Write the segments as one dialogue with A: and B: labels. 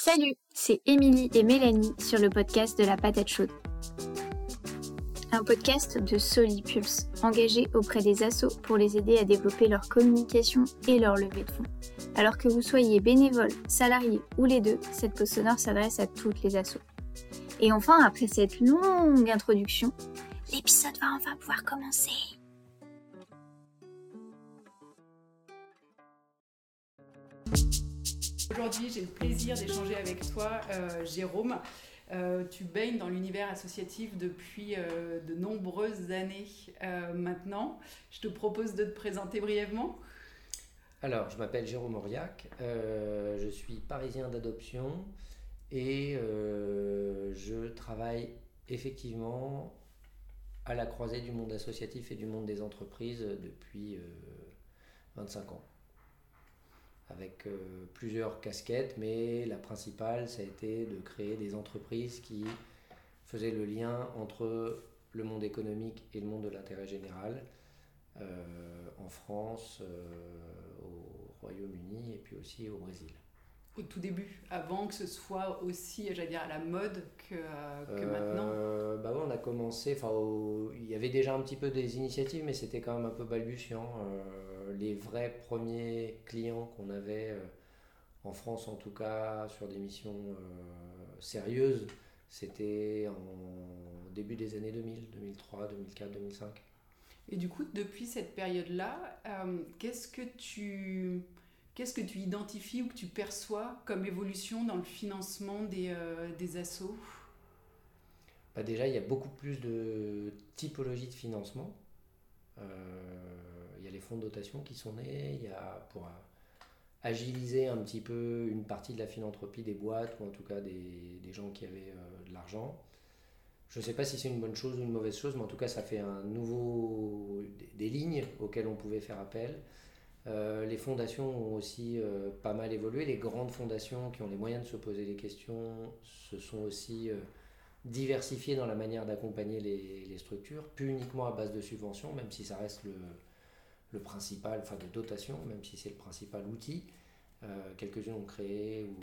A: Salut, c'est Émilie et Mélanie sur le podcast de la patate chaude. Un podcast de Solipulse, engagé auprès des assos pour les aider à développer leur communication et leur levée de fonds. Alors que vous soyez bénévole, salarié ou les deux, cette pause sonore s'adresse à toutes les assos. Et enfin, après cette longue introduction, l'épisode va enfin pouvoir commencer.
B: Aujourd'hui, j'ai le plaisir d'échanger avec toi, Jérôme. Tu baignes dans l'univers associatif depuis de nombreuses années maintenant. Je te propose de te présenter brièvement.
C: Alors, je m'appelle Jérôme Auriac, je suis parisien d'adoption et je travaille effectivement à la croisée du monde associatif et du monde des entreprises depuis 25 ans. Avec plusieurs casquettes, mais la principale, ça a été de créer des entreprises qui faisaient le lien entre le monde économique et le monde de l'intérêt général, en France, au Royaume-Uni et puis aussi au Brésil.
B: Au tout début, avant que ce soit aussi, j'allais dire, à la mode que maintenant.
C: Ouais, on a commencé, il y avait déjà un petit peu des initiatives, mais c'était quand même un peu balbutiant. Les vrais premiers clients qu'on avait, en France en tout cas, sur des missions sérieuses, c'était en début des années 2000, 2003, 2004, 2005.
B: Et du coup, depuis cette période-là, qu'est-ce que tu identifies ou que tu perçois comme évolution dans le financement des assos ?
C: Déjà, il y a beaucoup plus de typologies de financement. Il y a les fonds de dotation qui sont nés, il y a pour agiliser un petit peu une partie de la philanthropie des boîtes, ou en tout cas des gens qui avaient de l'argent. Je ne sais pas si c'est une bonne chose ou une mauvaise chose, mais en tout cas ça fait des lignes auxquelles on pouvait faire appel. Les fondations ont aussi pas mal évolué. Les grandes fondations qui ont les moyens de se poser des questions se sont aussi diversifiées dans la manière d'accompagner les structures, plus uniquement à base de subventions, même si ça reste le principal, de dotation, même si c'est le principal outil. Quelques-unes ont créé ou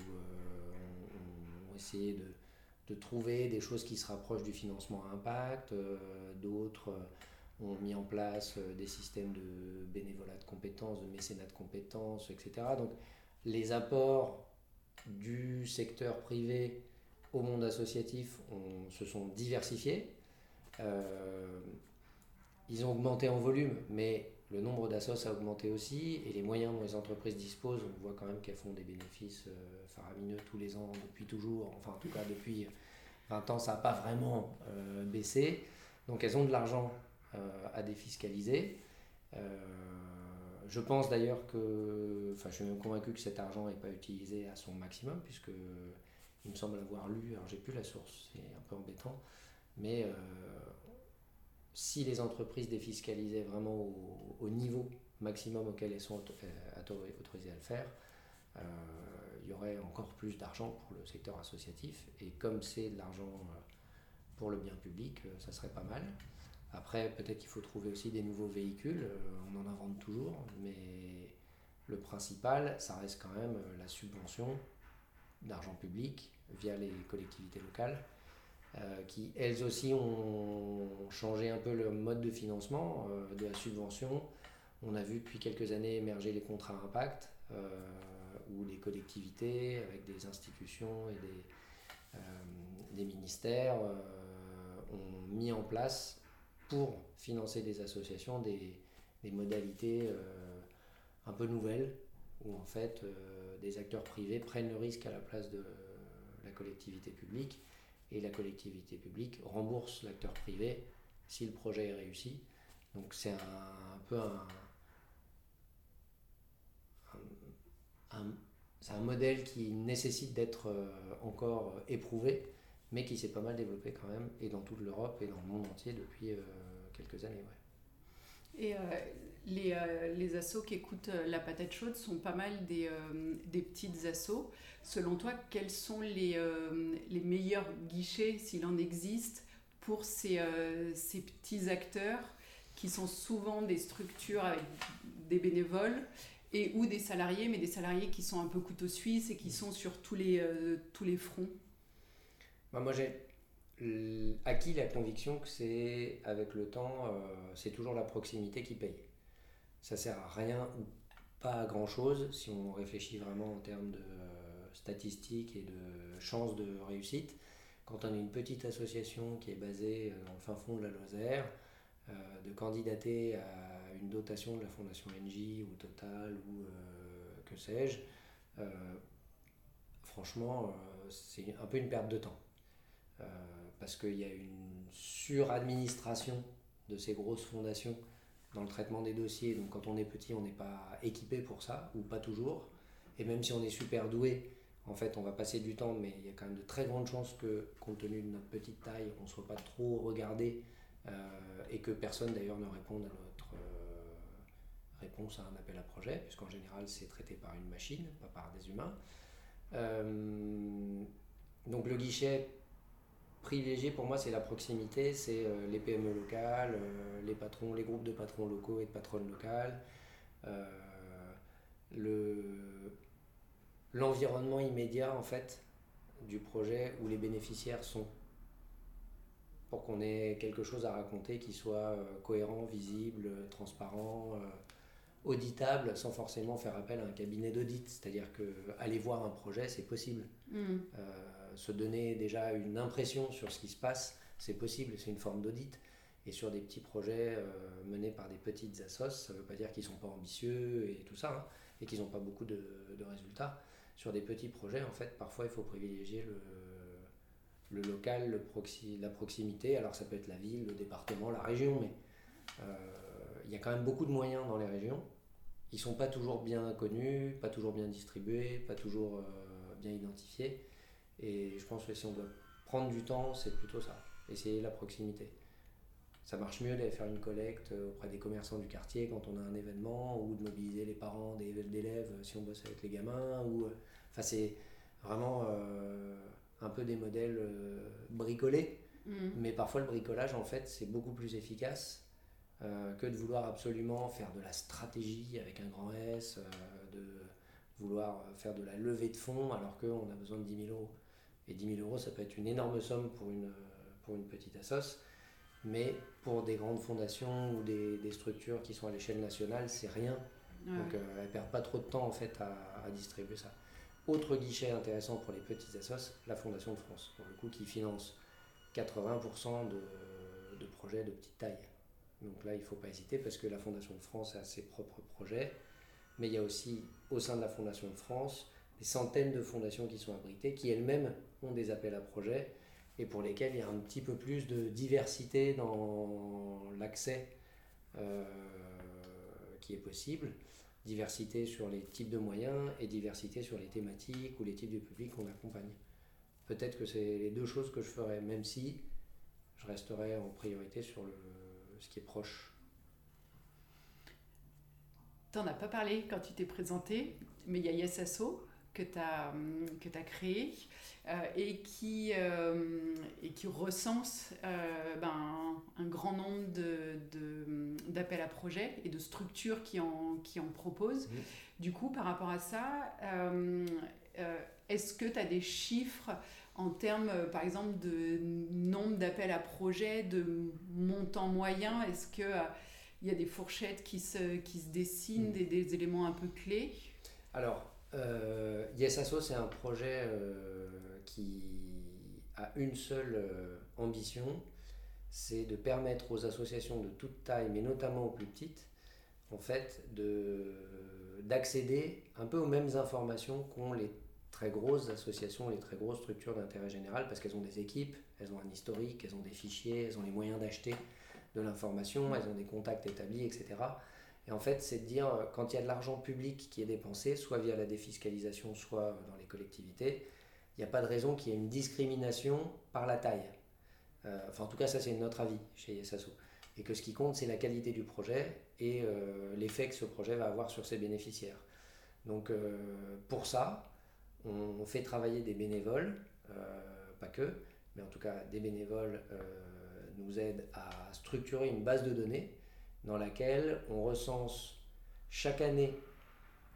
C: ont essayé de trouver des choses qui se rapprochent du financement à impact, d'autres ont mis en place des systèmes de bénévolat de compétences, de mécénat de compétences, etc. Donc les apports du secteur privé au monde associatif se sont diversifiés. Ils ont augmenté en volume, mais le nombre d'assos a augmenté aussi, et les moyens dont les entreprises disposent, on voit quand même qu'elles font des bénéfices faramineux tous les ans, depuis toujours, enfin en tout cas depuis 20 ans, ça n'a pas vraiment baissé. Donc elles ont de l'argent à défiscaliser. Je pense d'ailleurs je suis même convaincu que cet argent n'est pas utilisé à son maximum, puisque il me semble avoir lu, alors j'ai plus la source, c'est un peu embêtant, mais si les entreprises défiscalisaient vraiment au niveau maximum auquel elles sont autorisées à le faire, il y aurait encore plus d'argent pour le secteur associatif, et comme c'est de l'argent pour le bien public, ça serait pas mal. Après, peut-être qu'il faut trouver aussi des nouveaux véhicules, on en invente toujours, mais le principal, ça reste quand même la subvention d'argent public via les collectivités locales, qui elles aussi ont changé un peu le mode de financement de la subvention. On a vu depuis quelques années émerger les contrats impact, où les collectivités, avec des institutions et des ministères, ont mis en place pour financer des associations des modalités un peu nouvelles, où en fait des acteurs privés prennent le risque à la place de la collectivité publique, et la collectivité publique rembourse l'acteur privé si le projet est réussi. Donc c'est un peu c'est un modèle qui nécessite d'être encore éprouvé, mais qui s'est pas mal développé quand même, et dans toute l'Europe et dans le monde entier depuis quelques années. Ouais.
B: Et les assos qui écoutent la patate chaude sont pas mal des petites assos. Selon toi, quels sont les meilleurs guichets, s'il en existe, pour ces petits acteurs qui sont souvent des structures avec des bénévoles ou des salariés, mais des salariés qui sont un peu couteau suisse et qui sont sur tous les fronts?
C: Moi, j'ai acquis la conviction que c'est, avec le temps, c'est toujours la proximité qui paye. Ça sert à rien ou pas à grand chose si on réfléchit vraiment en termes de statistiques et de chances de réussite. Quand on est une petite association qui est basée dans le fin fond de la Lozère, de candidater à une dotation de la Fondation Engie ou Total ou que sais-je, franchement, c'est un peu une perte de temps. Parce qu'il y a une suradministration de ces grosses fondations dans le traitement des dossiers. Donc quand on est petit, on n'est pas équipé pour ça, ou pas toujours. Et même si on est super doué, en fait, on va passer du temps, mais il y a quand même de très grandes chances que, compte tenu de notre petite taille, on ne soit pas trop regardé et que personne d'ailleurs ne réponde à notre réponse à un appel à projet, puisqu'en général, c'est traité par une machine, pas par des humains. Donc le guichet privilégié pour moi, c'est la proximité, c'est les PME locales, les patrons, les groupes de patrons locaux et de patronnes locales, l'environnement immédiat en fait du projet où les bénéficiaires sont, pour qu'on ait quelque chose à raconter qui soit cohérent, visible, transparent, auditable, sans forcément faire appel à un cabinet d'audit. C'est-à-dire que aller voir un projet, c'est possible. Se donner déjà une impression sur ce qui se passe, c'est possible, c'est une forme d'audit. Et sur des petits projets menés par des petites assos, ça ne veut pas dire qu'ils ne sont pas ambitieux et tout ça, hein, et qu'ils n'ont pas beaucoup de résultats. Sur des petits projets, en fait, parfois il faut privilégier le local, la proximité. Alors ça peut être la ville, le département, la région, mais il y a quand même beaucoup de moyens dans les régions. Ils ne sont pas toujours bien connus, pas toujours bien distribués, pas toujours bien identifiés. Et je pense que si on doit prendre du temps, c'est plutôt ça, essayer la proximité. Ça marche mieux d'aller faire une collecte auprès des commerçants du quartier quand on a un événement, ou de mobiliser les parents d'élèves si on bosse avec les gamins. Enfin, c'est vraiment un peu des modèles bricolés, mais parfois le bricolage, en fait, c'est beaucoup plus efficace que de vouloir absolument faire de la stratégie avec un grand S, de vouloir faire de la levée de fonds alors qu'on a besoin de 10 000 euros. Et 10 000 euros, ça peut être une énorme somme pour une petite assoce, mais pour des grandes fondations ou des structures qui sont à l'échelle nationale, c'est rien. Ouais. Donc elles ne perdent pas trop de temps en fait à distribuer ça. Autre guichet intéressant pour les petites assoces, la Fondation de France, pour le coup, qui finance 80% de projets de petite taille. Donc là, il ne faut pas hésiter parce que la Fondation de France a ses propres projets, mais il y a aussi au sein de la Fondation de France des centaines de fondations qui sont abritées, qui elles-mêmes ont des appels à projets et pour lesquels il y a un petit peu plus de diversité dans l'accès qui est possible, diversité sur les types de moyens et diversité sur les thématiques ou les types de publics qu'on accompagne. Peut-être que c'est les deux choses que je ferais, même si je resterai en priorité sur ce qui est proche.
B: Tu n'en as pas parlé quand tu t'es présenté, mais il y a YesAsso que tu as créé et qui recense un grand nombre d'appels à projets et de structures qui en proposent. Du coup, par rapport à ça, est-ce que tu as des chiffres en termes, par exemple, de nombre d'appels à projets, de montant moyen? Est-ce qu'il y a des fourchettes qui se dessinent, des éléments un peu clés?
C: Alors, YesAsso, c'est un projet qui a une seule ambition, c'est de permettre aux associations de toute taille, mais notamment aux plus petites, en fait, d'accéder un peu aux mêmes informations qu'ont les très grosses associations, les très grosses structures d'intérêt général, parce qu'elles ont des équipes, elles ont un historique, elles ont des fichiers, elles ont les moyens d'acheter de l'information, elles ont des contacts établis, etc. Et en fait, c'est de dire, quand il y a de l'argent public qui est dépensé, soit via la défiscalisation, soit dans les collectivités, il n'y a pas de raison qu'il y ait une discrimination par la taille. En tout cas, ça c'est notre avis chez YesAsso. Et que ce qui compte, c'est la qualité du projet et l'effet que ce projet va avoir sur ses bénéficiaires. Donc pour ça, on fait travailler des bénévoles, pas que, mais en tout cas des bénévoles nous aident à structurer une base de données dans laquelle on recense chaque année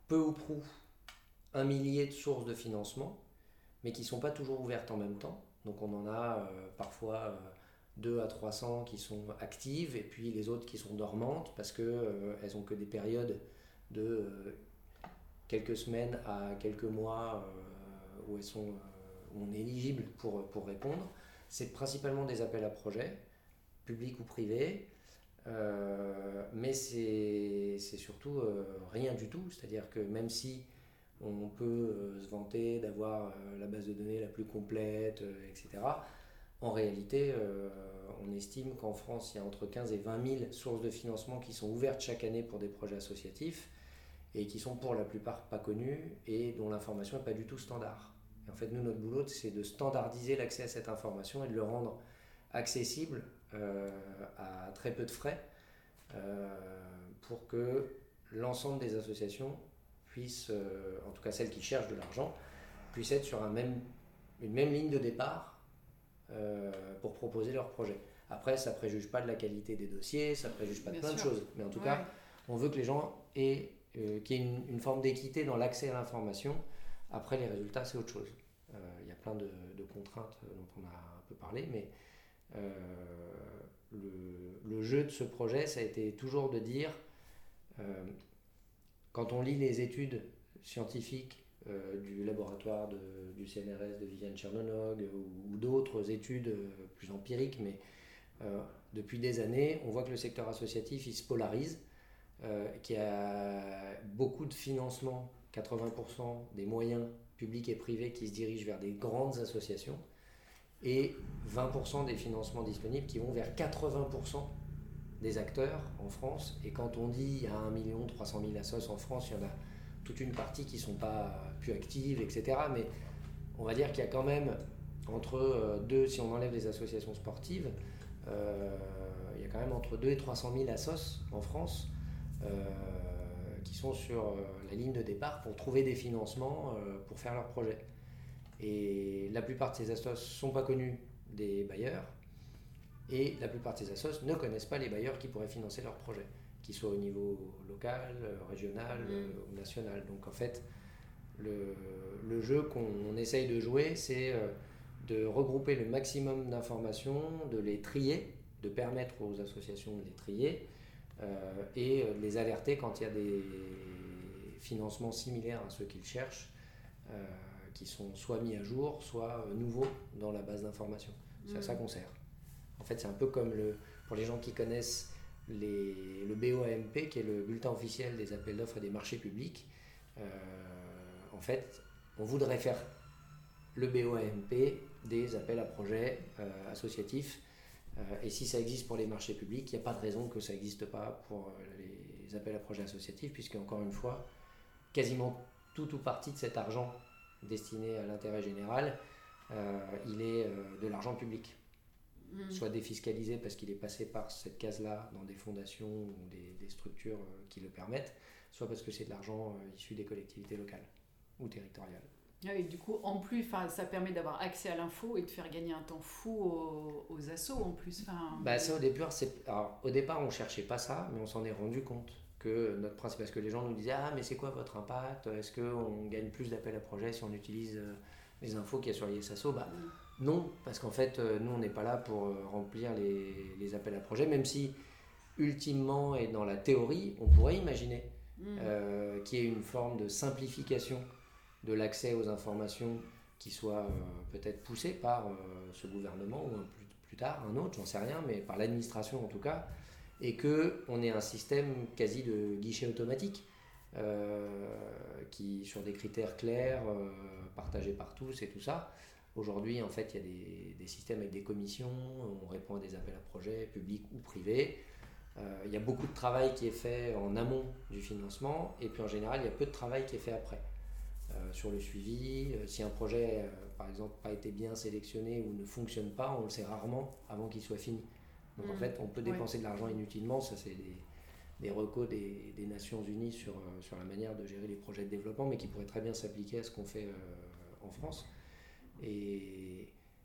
C: peu ou prou un millier de sources de financement, mais qui ne sont pas toujours ouvertes en même temps. Donc on en a parfois 2 à 300 qui sont actives, et puis les autres qui sont dormantes, parce qu'elles n'ont que des périodes de quelques semaines à quelques mois où on est éligible pour répondre. C'est principalement des appels à projets, publics ou privés, mais c'est surtout rien du tout. C'est-à-dire que même si on peut se vanter d'avoir la base de données la plus complète, etc., en réalité, on estime qu'en France, il y a entre 15 et 20 000 sources de financement qui sont ouvertes chaque année pour des projets associatifs et qui sont pour la plupart pas connues et dont l'information n'est pas du tout standard. Et en fait, nous, notre boulot, c'est de standardiser l'accès à cette information et de le rendre accessible à très peu de frais pour que l'ensemble des associations puissent, en tout cas celles qui cherchent de l'argent, puissent être sur une même ligne de départ pour proposer leur projet. Après, ça ne préjuge pas de la qualité des dossiers, ça ne préjuge pas de plein de choses, mais en tout cas, on veut que les gens aient qu'il y ait une forme d'équité dans l'accès à l'information. Après, les résultats, c'est autre chose. Il y a plein de contraintes dont on a un peu parlé, mais le jeu de ce projet, ça a été toujours de dire, quand on lit les études scientifiques du laboratoire du CNRS de Viviane Chernonog ou d'autres études plus empiriques, mais depuis des années, on voit que le secteur associatif, il se polarise, qu'il y a beaucoup de financement, 80% des moyens publics et privés qui se dirigent vers des grandes associations et 20% des financements disponibles qui vont vers 80% des acteurs en France. Et quand on dit il y a 1 300 000 assos en France, il y en a toute une partie qui ne sont pas plus actives, etc. Mais on va dire qu'il y a quand même entre deux, si on enlève les associations sportives, il y a quand même entre 2 et 300 000 assos en France qui sont sur la ligne de départ pour trouver des financements pour faire leurs projets. Et la plupart de ces assos ne sont pas connus des bailleurs et la plupart de ces assos ne connaissent pas les bailleurs qui pourraient financer leurs projets, qu'ils soient au niveau local, régional ou national. Donc en fait, le jeu qu'on essaye de jouer, c'est de regrouper le maximum d'informations, de les trier, de permettre aux associations de les trier, et les alerter quand il y a des financements similaires à ceux qu'ils cherchent, qui sont soit mis à jour, soit nouveaux dans la base d'information. C'est à ça qu'on sert. En fait, c'est un peu comme pour les gens qui connaissent le BOAMP, qui est le bulletin officiel des appels d'offres et des marchés publics. En fait, on voudrait faire le BOAMP des appels à projets associatifs. Et si ça existe pour les marchés publics, il n'y a pas de raison que ça n'existe pas pour les appels à projets associatifs, puisque encore une fois, quasiment tout ou partie de cet argent destiné à l'intérêt général, il est de l'argent public. Soit défiscalisé parce qu'il est passé par cette case-là dans des fondations ou des structures qui le permettent, soit parce que c'est de l'argent issu des collectivités locales ou territoriales.
B: Et du coup, en plus, ça permet d'avoir accès à l'info et de faire gagner un temps fou aux assos en plus.
C: Ça, au départ, on ne cherchait pas ça, mais on s'en est rendu compte que notre principe, parce que les gens nous disaient « Ah, mais c'est quoi votre impact ? Est-ce qu'on gagne plus d'appels à projets si on utilise les infos qu'il y a sur l'ISASO ?» Non, parce qu'en fait, nous, on n'est pas là pour remplir les appels à projets, même si, ultimement et dans la théorie, on pourrait imaginer qu'il y ait une forme de simplification de l'accès aux informations qui soit peut-être poussée par ce gouvernement ou plus tard un autre, j'en sais rien, mais par l'administration en tout cas, et qu'on ait un système quasi de guichet automatique qui, sur des critères clairs, partagés par tous et tout ça. Aujourd'hui, en fait, il y a des systèmes avec des commissions, on répond à des appels à projets, publics ou privés. Il y a beaucoup de travail qui est fait en amont du financement, et puis en général, il y a peu de travail qui est fait après. Sur le suivi, si un projet, par exemple, n'a pas été bien sélectionné ou ne fonctionne pas, on le sait rarement avant qu'il soit fini. Donc en fait, on peut dépenser de l'argent inutilement, ça c'est des recos des Nations Unies sur la manière de gérer les projets de développement, mais qui pourraient très bien s'appliquer à ce qu'on fait en France. Et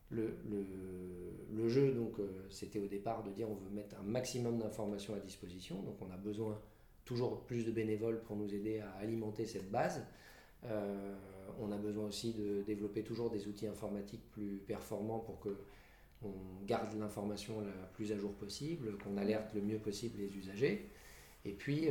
C: le jeu, donc, c'était au départ de dire on veut mettre un maximum d'informations à disposition, donc on a besoin toujours plus de bénévoles pour nous aider à alimenter cette base. On a besoin aussi de développer toujours des outils informatiques plus performants pour qu'on garde l'information la plus à jour possible, qu'on alerte le mieux possible les usagers. Et puis,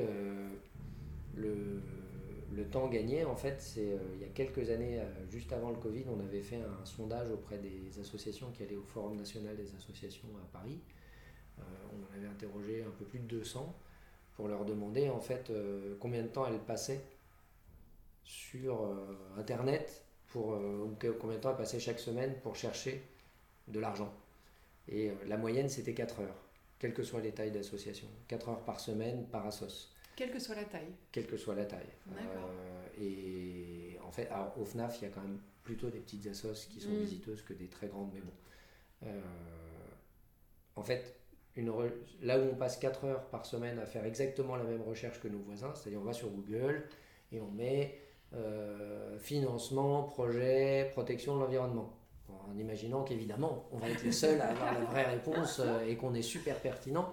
C: le temps gagné, en fait, c'est il y a quelques années, juste avant le Covid, on avait fait un sondage auprès des associations qui allaient au Forum national des associations à Paris. On avait interrogé un peu plus de 200 pour leur demander en fait combien de temps elles passaient sur Internet, ou combien de temps elles passaient chaque semaine pour chercher de l'argent. Et la moyenne, c'était 4 heures, quelle que soit les tailles d'association. 4 heures par semaine par assos.
B: Quelle que soit la taille.
C: Quelle que soit la taille.
B: D'accord.
C: Et en fait, alors, au FNAF, il y a quand même plutôt des petites assos qui sont visiteuses que des très grandes, mais bon. En fait, là où on passe 4 heures par semaine à faire exactement la même recherche que nos voisins, c'est-à-dire on va sur Google et on met financement, projet, protection de l'environnement. En imaginant qu'évidemment, on va être les seuls à avoir la vraie réponse et qu'on est super pertinent.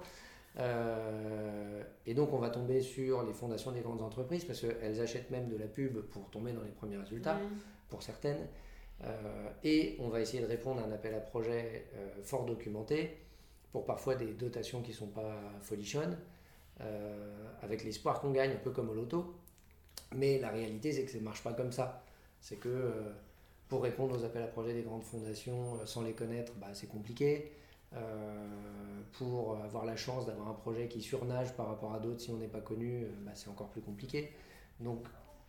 C: Et donc on va tomber sur les fondations des grandes entreprises parce qu'elles achètent même de la pub pour tomber dans les premiers résultats, pour certaines. Et on va essayer de répondre à un appel à projet fort documenté pour parfois des dotations qui ne sont pas folichonnes, avec l'espoir qu'on gagne, un peu comme au loto. Mais la réalité, c'est que ça ne marche pas comme ça. C'est que pour répondre aux appels à projets des grandes fondations sans les connaître, c'est compliqué. Pour avoir la chance d'avoir un projet qui surnage par rapport à d'autres si on n'est pas connu, c'est encore plus compliqué. Donc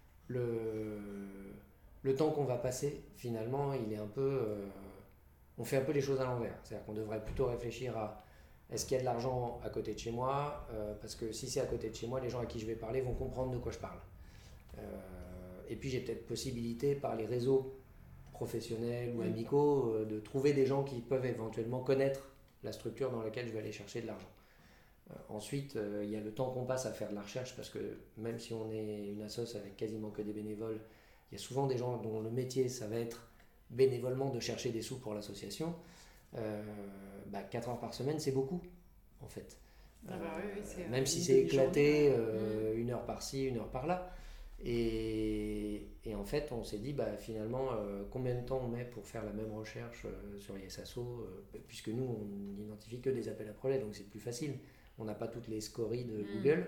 C: le temps qu'on va passer, finalement, il est un peu... on fait un peu les choses à l'envers. C'est-à-dire qu'on devrait plutôt réfléchir à est-ce qu'il y a de l'argent à côté de chez moi, parce que si c'est à côté de chez moi, les gens à qui je vais parler vont comprendre de quoi je parle. Et puis j'ai peut-être possibilité par les réseaux professionnels ou amicaux de trouver des gens qui peuvent éventuellement connaître la structure dans laquelle je vais aller chercher de l'argent. Ensuite, il y a le temps qu'on passe à faire de la recherche, parce que même si on est une assoce avec quasiment que des bénévoles, il y a souvent des gens dont le métier, ça va être bénévolement de chercher des sous pour l'association. 4 heures par semaine, c'est beaucoup, en fait. Même si c'est éclaté, 1 heure par-ci, 1 heure par-là. Et en fait, on s'est dit, finalement, combien de temps on met pour faire la même recherche sur ISASO, puisque nous, on n'identifie que des appels à projets, donc c'est plus facile. On n'a pas toutes les scories de Google.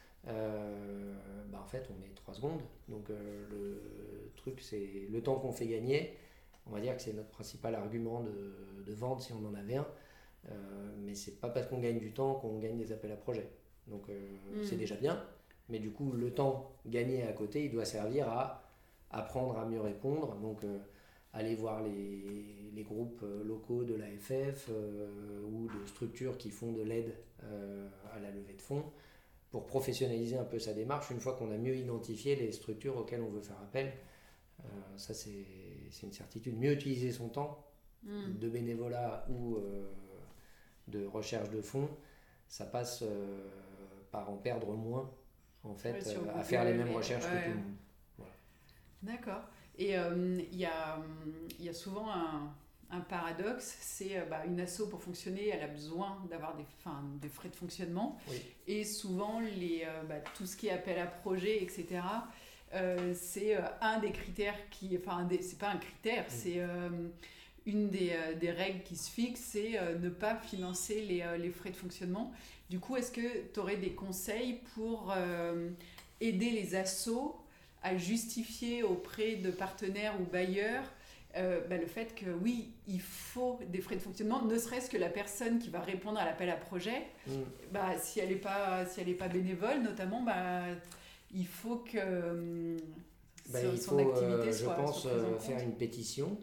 C: En fait, on met 3 secondes. Donc, le truc, c'est le temps qu'on fait gagner. On va dire que c'est notre principal argument de vente, si on en avait un. Mais c'est pas parce qu'on gagne du temps qu'on gagne des appels à projets. Donc, c'est déjà bien. Mais du coup, le temps gagné à côté, il doit servir à apprendre à mieux répondre. Donc, aller voir les groupes locaux de l'AFF ou de structures qui font de l'aide à la levée de fonds pour professionnaliser un peu sa démarche une fois qu'on a mieux identifié les structures auxquelles on veut faire appel. Ça, c'est une certitude. Mieux utiliser son temps de bénévolat ou de recherche de fonds, ça passe par en perdre moins, en fait, à faire les mêmes recherches que tout le monde. Voilà.
B: D'accord. Et il y a souvent un paradoxe, c'est une asso pour fonctionner, elle a besoin d'avoir des frais de fonctionnement.
C: Oui.
B: Et souvent, tout ce qui est appel à projet, etc., c'est un des critères c'est pas un critère, c'est une des règles qui se fixe, c'est ne pas financer les frais de fonctionnement. Du coup, est-ce que tu aurais des conseils pour aider les assos à justifier auprès de partenaires ou bailleurs le fait que oui, il faut des frais de fonctionnement, ne serait-ce que la personne qui va répondre à l'appel à projet, si elle n'est pas bénévole notamment, il faut que son activité soit
C: faire une pétition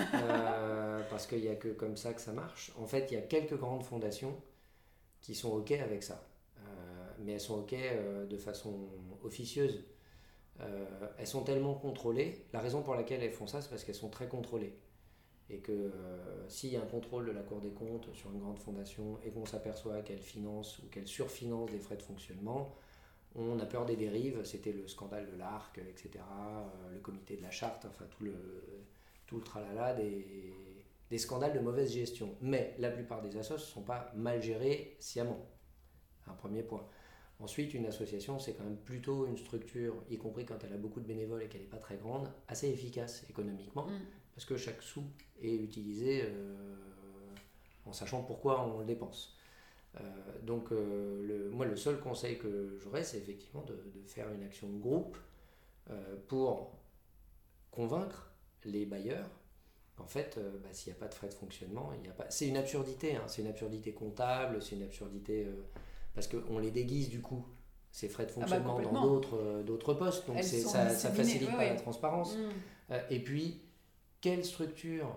C: parce qu'il n'y a que comme ça que ça marche. En fait, il y a quelques grandes fondations qui sont OK avec ça, mais elles sont OK de façon officieuse. Elles sont tellement contrôlées. La raison pour laquelle elles font ça, c'est parce qu'elles sont très contrôlées. Et que s'il y a un contrôle de la Cour des comptes sur une grande fondation et qu'on s'aperçoit qu'elle finance ou qu'elle surfinance des frais de fonctionnement, on a peur des dérives. C'était le scandale de l'ARC, etc., le comité de la charte, enfin tout le tralala des scandales de mauvaise gestion. Mais la plupart des assos ne sont pas mal gérés sciemment. Un premier point. Ensuite, une association, c'est quand même plutôt une structure, y compris quand elle a beaucoup de bénévoles et qu'elle n'est pas très grande, assez efficace économiquement, parce que chaque sou est utilisé en sachant pourquoi on le dépense. Donc, moi, le seul conseil que j'aurais, c'est effectivement de faire une action de groupe pour convaincre les bailleurs qu'en fait, s'il n'y a pas de frais de fonctionnement, il n'y a pas... C'est une absurdité, hein, c'est une absurdité comptable, c'est une absurdité... parce qu'on les déguise du coup, ces frais de fonctionnement dans d'autres postes, donc ça facilite pas la transparence. Et puis, quelle structure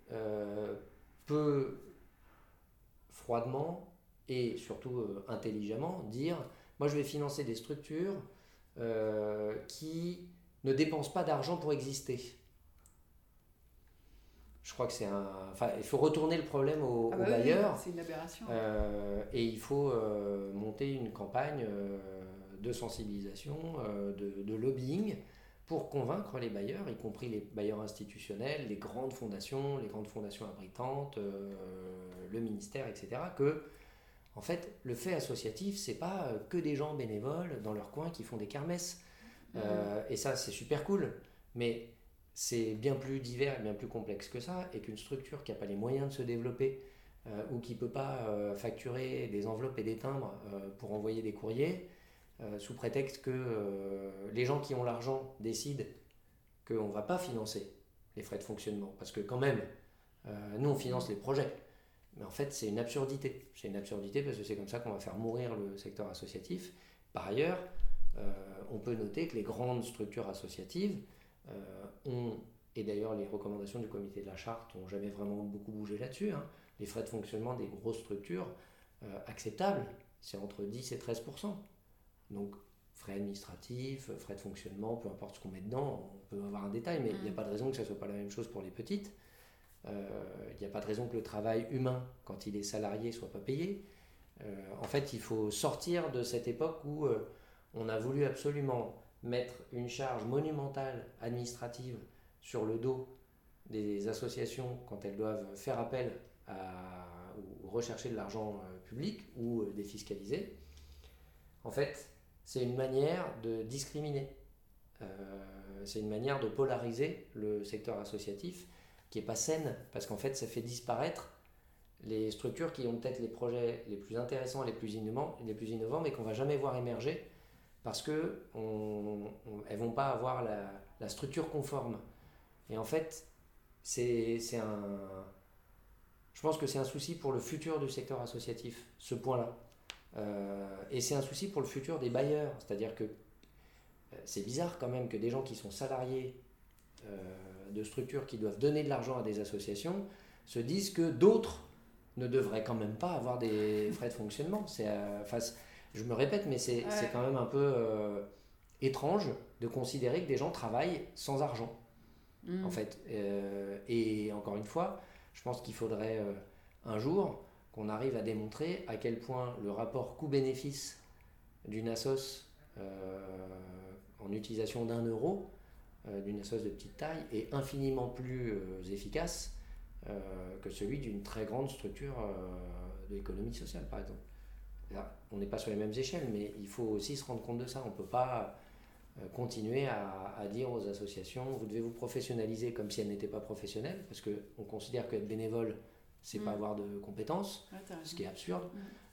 C: peut froidement et surtout intelligemment dire moi je vais financer des structures qui ne dépensent pas d'argent pour exister. Je crois que il faut retourner le problème aux bailleurs.
B: C'est une aberration.
C: Et il faut monter une campagne de sensibilisation, de lobbying pour convaincre les bailleurs, y compris les bailleurs institutionnels, les grandes fondations abritantes, le ministère, etc., que en fait, le fait associatif, c'est pas que des gens bénévoles dans leur coin qui font des kermesses. Et ça, c'est super cool. Mais c'est bien plus divers et bien plus complexe que ça. Et qu'une structure qui n'a pas les moyens de se développer ou qui ne peut pas facturer des enveloppes et des timbres pour envoyer des courriers, sous prétexte que les gens qui ont l'argent décident qu'on ne va pas financer les frais de fonctionnement. Parce que quand même, nous, on finance les projets. Mais en fait, c'est une absurdité. C'est une absurdité parce que c'est comme ça qu'on va faire mourir le secteur associatif. Par ailleurs, on peut noter que les grandes structures associatives ont, et d'ailleurs les recommandations du comité de la charte n'ont jamais vraiment beaucoup bougé là-dessus, hein, les frais de fonctionnement des grosses structures acceptables, c'est entre 10 et 13%. Donc, frais administratifs, frais de fonctionnement, peu importe ce qu'on met dedans, on peut avoir un détail, mais il n'y a pas de raison que ça ne soit pas la même chose pour les petites. Il n'y a pas de raison que le travail humain, quand il est salarié, ne soit pas payé. En fait, il faut sortir de cette époque où on a voulu absolument mettre une charge monumentale administrative sur le dos des associations quand elles doivent faire appel ou rechercher de l'argent public ou défiscaliser. En fait, c'est une manière de discriminer. C'est une manière de polariser le secteur associatif qui n'est pas saine, parce qu'en fait, ça fait disparaître les structures qui ont peut-être les projets les plus intéressants, les plus innovants, mais qu'on ne va jamais voir émerger, parce qu'elles ne vont pas avoir la structure conforme. Et en fait, je pense que c'est un souci pour le futur du secteur associatif, ce point-là. Et c'est un souci pour le futur des bailleurs, c'est-à-dire que c'est bizarre quand même que des gens qui sont salariés de structures qui doivent donner de l'argent à des associations se disent que d'autres ne devraient quand même pas avoir des frais de fonctionnement. Je me répète, mais c'est quand même un peu étrange de considérer que des gens travaillent sans argent, en fait. Et encore une fois, je pense qu'il faudrait un jour qu'on arrive à démontrer à quel point le rapport coût-bénéfice d'une assoce en utilisation d'€1 d'une assoce de petite taille est infiniment plus efficace que celui d'une très grande structure de l'économie sociale, par exemple. Là, on n'est pas sur les mêmes échelles, mais il faut aussi se rendre compte de ça. On ne peut pas continuer à dire aux associations vous devez vous professionnaliser comme si elles n'étaient pas professionnelles, parce qu'on considère qu'être bénévole, c'est pas avoir de compétences, ce qui est absurde.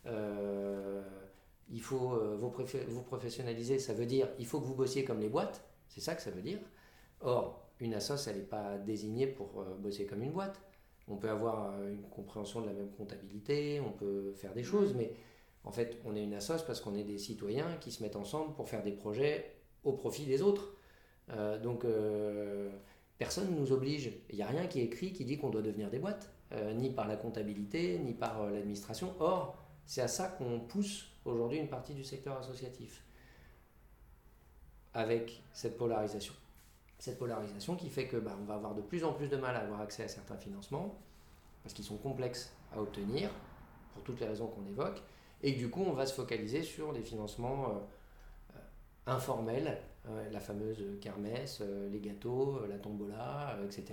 C: Il faut vous professionnaliser, ça veut dire il faut que vous bossiez comme les boîtes, c'est ça que ça veut dire. Or, une assoce, elle n'est pas désignée pour bosser comme une boîte. On peut avoir une compréhension de la même comptabilité, on peut faire des choses, mais en fait, on est une assoce parce qu'on est des citoyens qui se mettent ensemble pour faire des projets au profit des autres. Donc, personne ne nous oblige. Il n'y a rien qui est écrit qui dit qu'on doit devenir des boîtes, ni par la comptabilité, ni par l'administration. Or, c'est à ça qu'on pousse aujourd'hui une partie du secteur associatif, avec cette polarisation. Cette polarisation qui fait que on va avoir de plus en plus de mal à avoir accès à certains financements, parce qu'ils sont complexes à obtenir, pour toutes les raisons qu'on évoque, et que du coup on va se focaliser sur des financements informels, la fameuse kermesse, les gâteaux, la tombola, etc.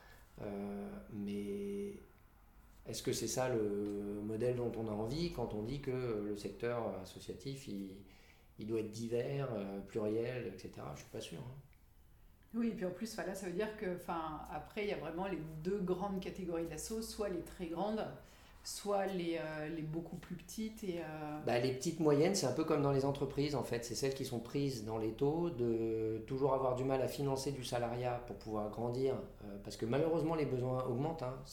C: Mais est-ce que c'est ça le modèle dont on a envie quand on dit que le secteur associatif il doit être divers, pluriel, etc. Je suis pas sûr. Hein.
B: Oui, et puis en plus, là, ça veut dire que, après, il y a vraiment les deux grandes catégories d'assos, soit les très grandes, soit les beaucoup plus petites.
C: Les petites moyennes, c'est un peu comme dans les entreprises, en fait. C'est celles qui sont prises dans les taux, de toujours avoir du mal à financer du salariat pour pouvoir grandir, parce que malheureusement, les besoins augmentent. Hein.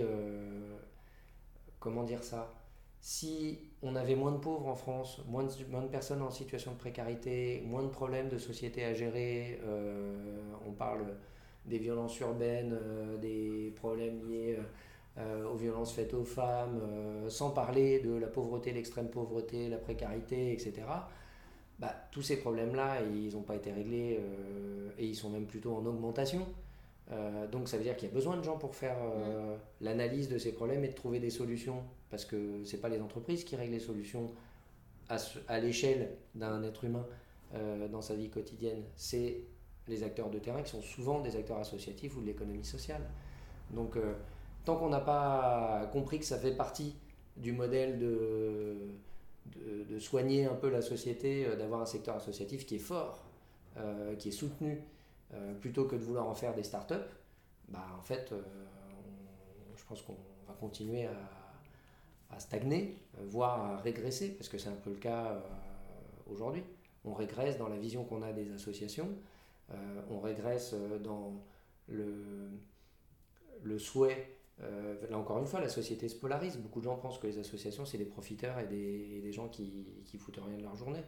C: Comment dire ça? Si on avait moins de pauvres en France, moins de personnes en situation de précarité, moins de problèmes de société à gérer, on parle des violences urbaines, des problèmes liés aux violences faites aux femmes, sans parler de la pauvreté, l'extrême pauvreté, la précarité, etc. Tous ces problèmes-là, ils n'ont pas été réglés et ils sont même plutôt en augmentation. Donc ça veut dire qu'il y a besoin de gens pour faire l'analyse de ces problèmes et de trouver des solutions, parce que c'est pas les entreprises qui règlent les solutions à l'échelle d'un être humain dans sa vie quotidienne, c'est les acteurs de terrain qui sont souvent des acteurs associatifs ou de l'économie sociale. Donc tant qu'on n'a pas compris que ça fait partie du modèle de soigner un peu la société, d'avoir un secteur associatif qui est fort, qui est soutenu, plutôt que de vouloir en faire des startups, en fait, je pense qu'on va continuer à stagner, voire à régresser, parce que c'est un peu le cas aujourd'hui. On régresse dans la vision qu'on a des associations, on régresse dans le souhait. Là encore une fois, la société se polarise. Beaucoup de gens pensent que les associations, c'est des profiteurs et des gens qui foutent rien de leur journée.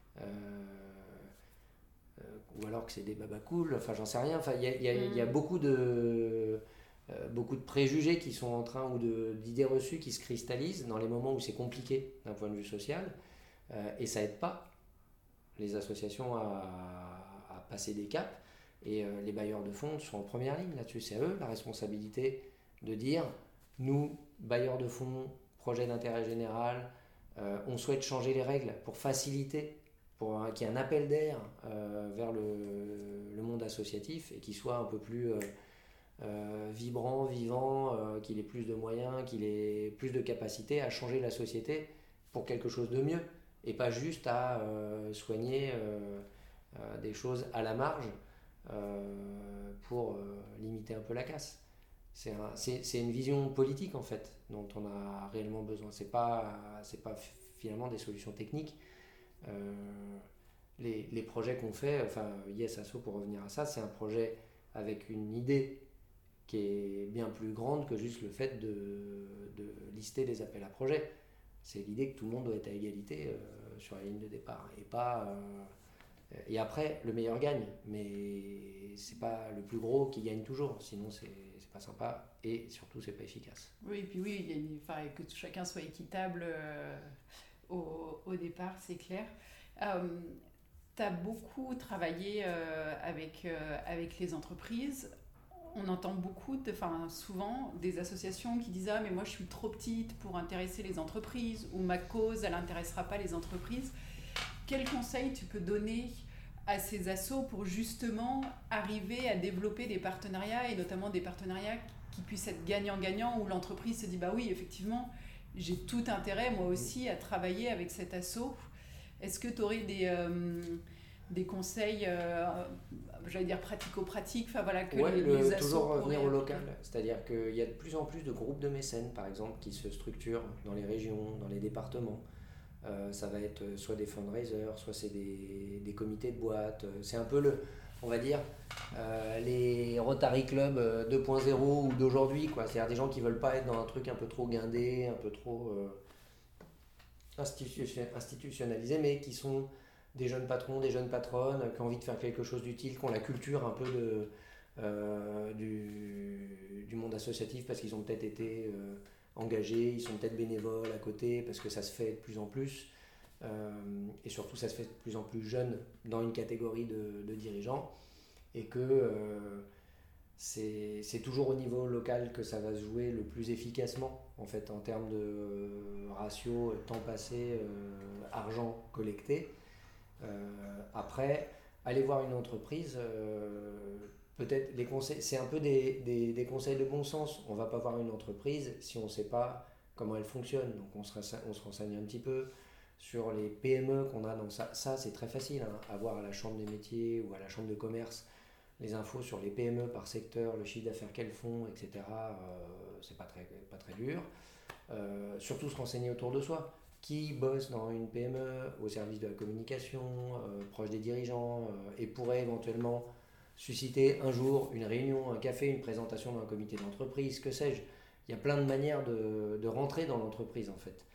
C: Ou alors que c'est des babacools, j'en sais rien. Il y a beaucoup de préjugés qui sont en train, ou d'idées reçues qui se cristallisent dans les moments où c'est compliqué d'un point de vue social, et ça aide pas les associations à passer des caps, et les bailleurs de fonds sont en première ligne là-dessus. C'est à eux la responsabilité de dire, nous, bailleurs de fonds, projet d'intérêt général, on souhaite changer les règles pour faciliter, pour qu'il y ait un appel d'air vers le monde associatif, et qu'il soit un peu plus vibrant, vivant, qu'il ait plus de moyens, qu'il ait plus de capacité à changer la société pour quelque chose de mieux, et pas juste à soigner des choses à la marge pour limiter un peu la casse. C'est une vision politique en fait dont on a réellement besoin. C'est pas finalement des solutions techniques. Les projets qu'on fait, Yes Asso, pour revenir à ça, c'est un projet avec une idée qui est bien plus grande que juste le fait de lister des appels à projets. C'est l'idée que tout le monde doit être à égalité sur la ligne de départ, et pas et après le meilleur gagne, mais c'est pas le plus gros qui gagne toujours, sinon c'est pas sympa, et surtout c'est pas efficace.
B: Oui, et puis que chacun soit équitable au départ, c'est clair. Tu as beaucoup travaillé avec les entreprises. On entend souvent des associations qui disent « Ah, mais moi je suis trop petite pour intéresser les entreprises » ou « Ma cause, elle n'intéressera pas les entreprises ». Quel conseil tu peux donner à ces assos pour justement arriver à développer des partenariats, et notamment des partenariats qui puissent être gagnant-gagnant, où l'entreprise se dit « Bah oui, effectivement, j'ai tout intérêt moi aussi à travailler avec cet asso ». Est-ce que tu aurais des conseils, j'allais dire pratico-pratiques, les assos
C: toujours revenir au local. C'est-à-dire qu'il y a de plus en plus de groupes de mécènes, par exemple, qui se structurent dans les régions, dans les départements. Ça va être soit des fundraisers, soit c'est des comités de boîte. C'est un peu on va dire, les Rotary Club 2.0 ou d'aujourd'hui, quoi. C'est-à-dire des gens qui veulent pas être dans un truc un peu trop guindé, un peu trop institutionnalisé, mais qui sont des jeunes patrons, des jeunes patronnes, qui ont envie de faire quelque chose d'utile, qui ont la culture un peu du monde associatif, parce qu'ils ont peut-être été engagés, ils sont peut-être bénévoles à côté, parce que ça se fait de plus en plus, et surtout ça se fait de plus en plus jeune dans une catégorie de dirigeants, et que c'est toujours au niveau local que ça va se jouer le plus efficacement, en fait, en termes de ratio temps passé, argent collecté. Après, aller voir une entreprise, peut-être les conseils, c'est un peu des conseils de bon sens. On ne va pas voir une entreprise si on ne sait pas comment elle fonctionne. Donc on se renseigne un petit peu sur les PME qu'on a dans ça, c'est très facile, hein, à voir à la chambre des métiers ou à la chambre de commerce, les infos sur les PME par secteur, le chiffre d'affaires qu'elles font, etc. C'est pas très dur. Surtout se renseigner autour de soi. Qui bosse dans une PME au service de la communication, proche des dirigeants, et pourrait éventuellement susciter un jour une réunion, un café, une présentation dans un comité d'entreprise, que sais-je. Il y a plein de manières de rentrer dans l'entreprise en fait.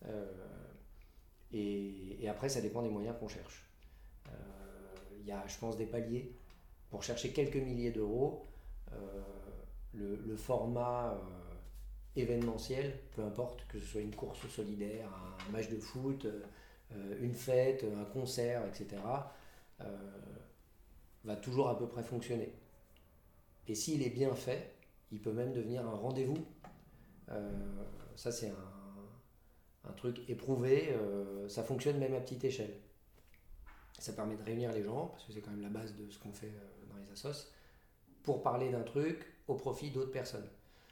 C: Et après, ça dépend des moyens qu'on cherche. Il y a, je pense, des paliers. Pour chercher quelques milliers d'euros, le format événementiel, peu importe, que ce soit une course solidaire, un match de foot, une fête, un concert, etc., va toujours à peu près fonctionner. Et s'il est bien fait, il peut même devenir un rendez-vous. Ça, c'est un truc éprouvé, ça fonctionne même à petite échelle. Ça permet de réunir les gens, parce que c'est quand même la base de ce qu'on fait dans les assos, pour parler d'un truc au profit d'autres personnes,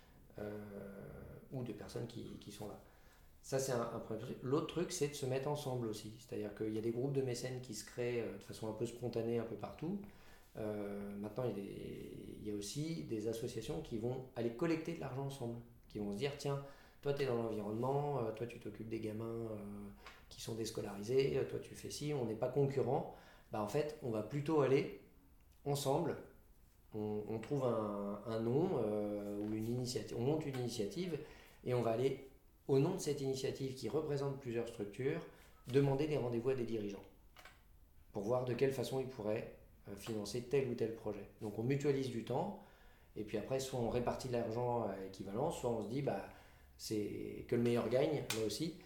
C: ou de personnes qui sont là. Ça, c'est un premier truc. L'autre truc, c'est de se mettre ensemble aussi. C'est-à-dire qu'il y a des groupes de mécènes qui se créent de façon un peu spontanée un peu partout. Maintenant, il y a aussi des associations qui vont aller collecter de l'argent ensemble, qui vont se dire, tiens, toi tu es dans l'environnement, toi tu t'occupes des gamins qui sont déscolarisés, toi tu fais ci, on n'est pas concurrents. En fait, on va plutôt aller ensemble, on trouve un nom ou une initiative, on monte une initiative et on va aller, au nom de cette initiative qui représente plusieurs structures, demander des rendez-vous à des dirigeants pour voir de quelle façon ils pourraient financer tel ou tel projet. Donc on mutualise du temps, et puis après soit on répartit l'argent à équivalence, soit on se dit c'est que le meilleur gagne, là aussi.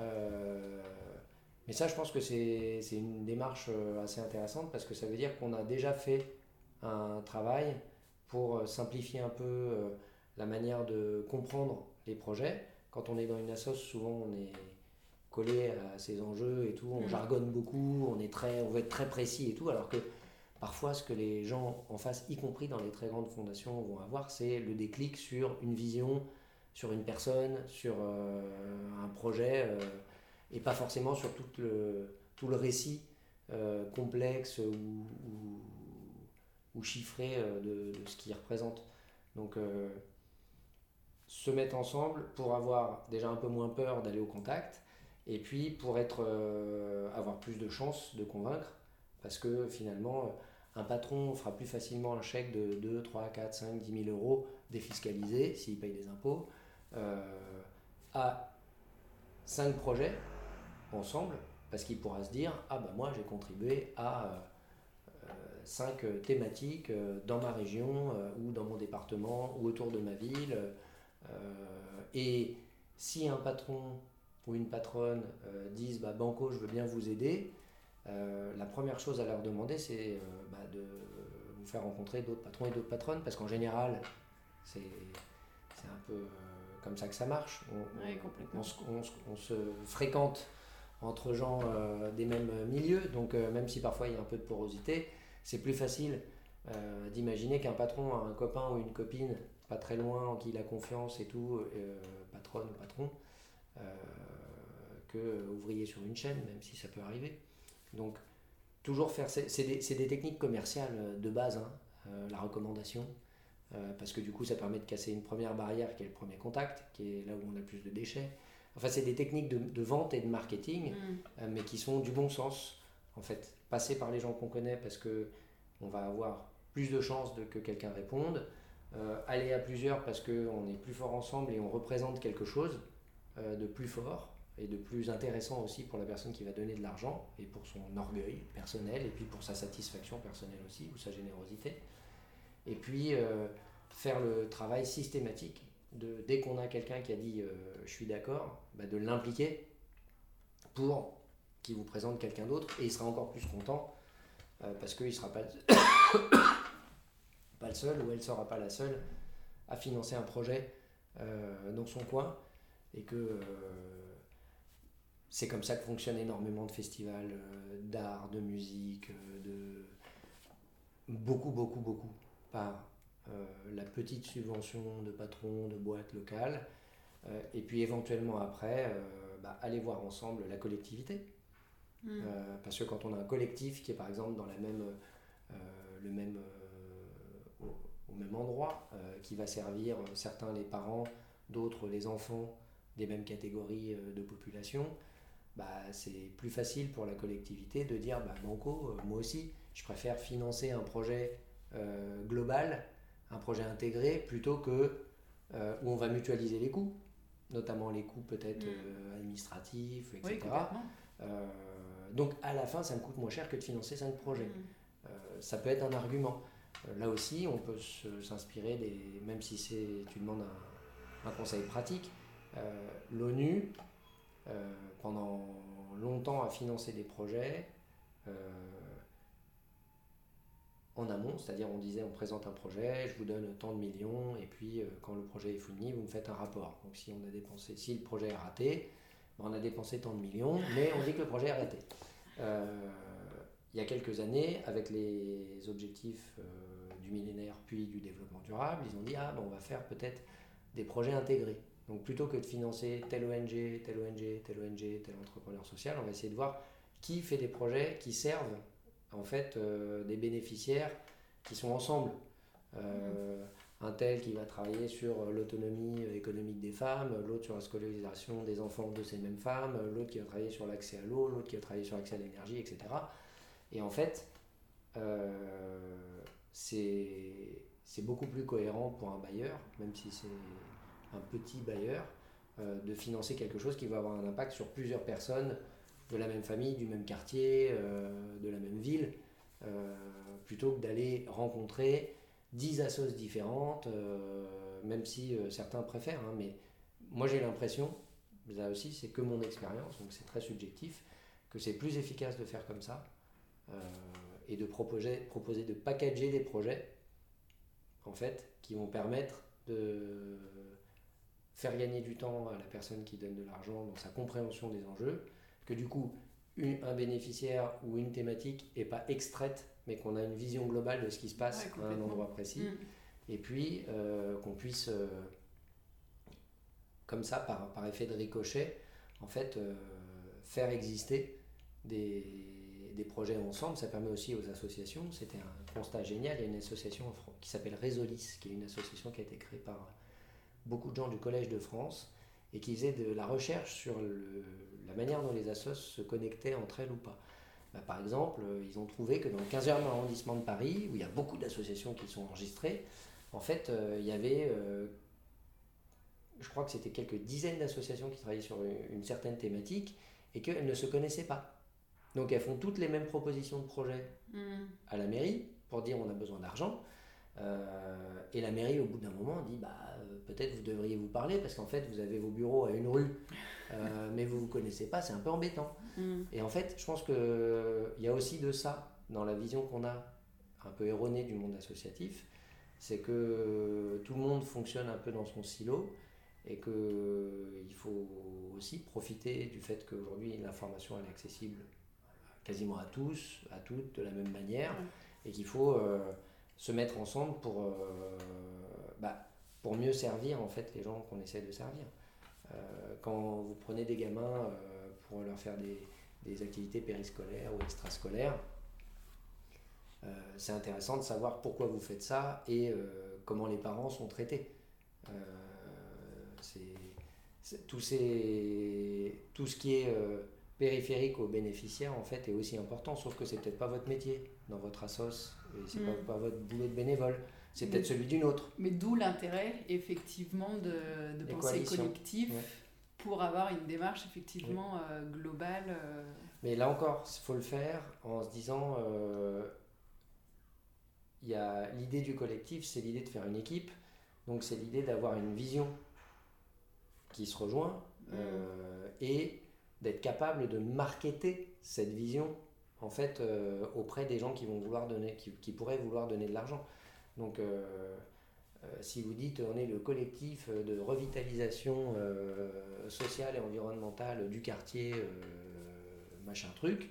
C: Mais ça, je pense que c'est une démarche assez intéressante, parce que ça veut dire qu'on a déjà fait un travail pour simplifier un peu la manière de comprendre les projets. Quand on est dans une assoce, souvent on est collé à ces enjeux et tout, on jargonne beaucoup, on veut être très précis et tout, alors que parfois, ce que les gens en face, y compris dans les très grandes fondations, vont avoir, c'est le déclic sur une vision, sur une personne, sur un projet, et pas forcément sur tout le récit complexe ou chiffré de ce qu'il représente. Donc, se mettre ensemble pour avoir déjà un peu moins peur d'aller au contact, et puis pour avoir plus de chances de convaincre, parce que finalement, un patron fera plus facilement un chèque de 2, 3, 4, 5, 10 000 euros défiscalisé, s'il paye des impôts, à 5 projets ensemble, parce qu'il pourra se dire, moi j'ai contribué à 5 thématiques dans ma région, ou dans mon département, ou autour de ma ville. Et si un patron ou une patronne disent Banco, je veux bien vous aider, la première chose à leur demander, c'est de vous faire rencontrer d'autres patrons et d'autres patronnes, parce qu'en général, c'est un peu comme ça que ça marche. On se fréquente entre gens des mêmes milieux, donc même si parfois il y a un peu de porosité, c'est plus facile d'imaginer qu'un patron a un copain ou une copine pas très loin en qui il a confiance et tout, patronne ou patron, que ouvrier sur une chaîne, même si ça peut arriver. Donc, toujours faire. C'est des techniques commerciales de base, la recommandation, parce que du coup, ça permet de casser une première barrière qui est le premier contact, qui est là où on a le plus de déchets. Enfin, c'est des techniques de vente et de marketing, mais qui sont du bon sens, en fait. Passer par les gens qu'on connaît, parce qu'on va avoir plus de chances que quelqu'un réponde. Aller à plusieurs, parce qu'on est plus fort ensemble et on représente quelque chose de plus fort et de plus intéressant aussi pour la personne qui va donner de l'argent, et pour son orgueil personnel, et puis pour sa satisfaction personnelle aussi, ou sa générosité. Et puis faire le travail systématique dès qu'on a quelqu'un qui a dit je suis d'accord, de l'impliquer pour qu'il vous présente quelqu'un d'autre, et il sera encore plus content parce qu'il ne sera pas le seul, ou elle ne sera pas la seule à financer un projet dans son coin, et que c'est comme ça que fonctionnent énormément de festivals d'art, de musique, beaucoup par la petite subvention de patrons, de boîtes locales, et puis éventuellement après aller voir ensemble la collectivité. Parce que quand on a un collectif qui est par exemple dans au même endroit, qui va servir certains les parents, d'autres les enfants des mêmes catégories de population, c'est plus facile pour la collectivité de dire banco, moi aussi je préfère financer un projet global, un projet intégré, plutôt que où on va mutualiser les coûts, notamment les coûts peut-être administratifs, etc.
B: Oui,
C: donc à la fin ça me coûte moins cher que de financer 5 projets. Ça peut être un argument. Là aussi on peut s'inspirer même si tu demandes un conseil pratique, l'ONU pendant longtemps a financé des projets en amont, c'est-à-dire on présente un projet, je vous donne tant de millions, et puis quand le projet est fini, vous me faites un rapport. Donc si le projet est raté, on a dépensé tant de millions, mais on dit que le projet est raté. Il y a quelques années, avec les objectifs du millénaire puis du développement durable, ils ont dit on va faire peut-être des projets intégrés. Donc plutôt que de financer telle ONG, tel entrepreneur social, on va essayer de voir qui fait des projets qui servent en fait des bénéficiaires qui sont ensemble. Un tel qui va travailler sur l'autonomie économique des femmes, l'autre sur la scolarisation des enfants de ces mêmes femmes, l'autre qui va travailler sur l'accès à l'eau, l'autre qui va travailler sur l'accès à l'énergie, etc. Et en fait, c'est beaucoup plus cohérent pour un bailleur, même si c'est un petit bailleur, de financer quelque chose qui va avoir un impact sur plusieurs personnes de la même famille, du même quartier, de la même ville, plutôt que d'aller rencontrer 10 assos différentes, même si certains préfèrent, mais moi j'ai l'impression, là aussi c'est que mon expérience, donc c'est très subjectif, que c'est plus efficace de faire comme ça, et de proposer de packager des projets en fait, qui vont permettre de faire gagner du temps à la personne qui donne de l'argent dans sa compréhension des enjeux, que du coup un bénéficiaire ou une thématique n'est pas extraite, mais qu'on a une vision globale de ce qui se passe à un endroit précis, et puis qu'on puisse comme ça par effet de ricochet en fait faire exister des projets ensemble. Ça permet aussi aux associations, c'était un constat génial, il y a une association qui s'appelle Résolis, qui est une association qui a été créée par beaucoup de gens du Collège de France et qui faisait de la recherche sur la manière dont les assos se connectaient entre elles ou pas. Par exemple, ils ont trouvé que dans le 15e arrondissement de Paris, où il y a beaucoup d'associations qui sont enregistrées, en fait, il y avait, je crois que c'était quelques dizaines d'associations qui travaillaient sur une certaine thématique et qu'elles ne se connaissaient pas. Donc elles font toutes les mêmes propositions de projet à la mairie pour dire on a besoin d'argent. Et la mairie au bout d'un moment dit peut-être vous devriez vous parler parce qu'en fait vous avez vos bureaux à une rue mais vous connaissez pas, c'est un peu embêtant. Et en fait je pense qu'il y a aussi de ça dans la vision qu'on a un peu erronée du monde associatif, c'est que tout le monde fonctionne un peu dans son silo et qu'il faut aussi profiter du fait qu'aujourd'hui l'information elle est accessible quasiment à tous, à toutes de la même manière, et qu'il faut se mettre ensemble pour mieux servir en fait les gens qu'on essaie de servir. Quand vous prenez des gamins pour leur faire des activités périscolaires ou extrascolaires, c'est intéressant de savoir pourquoi vous faites ça et comment les parents sont traités. Tout ce qui est périphérique aux bénéficiaires en fait est aussi important, sauf que c'est peut-être pas votre métier dans votre assos et c'est pas votre boulot de bénévole, c'est peut-être celui d'une autre.
B: Mais d'où l'intérêt effectivement de penser collectif pour avoir une démarche effectivement globale.
C: Mais là encore, il faut le faire en se disant il y a l'idée du collectif, c'est l'idée de faire une équipe, donc c'est l'idée d'avoir une vision qui se rejoint et d'être capable de marketer cette vision en fait auprès des gens qui vont vouloir donner, qui pourraient vouloir donner de l'argent. Donc si vous dites on est le collectif de revitalisation sociale et environnementale du quartier machin truc,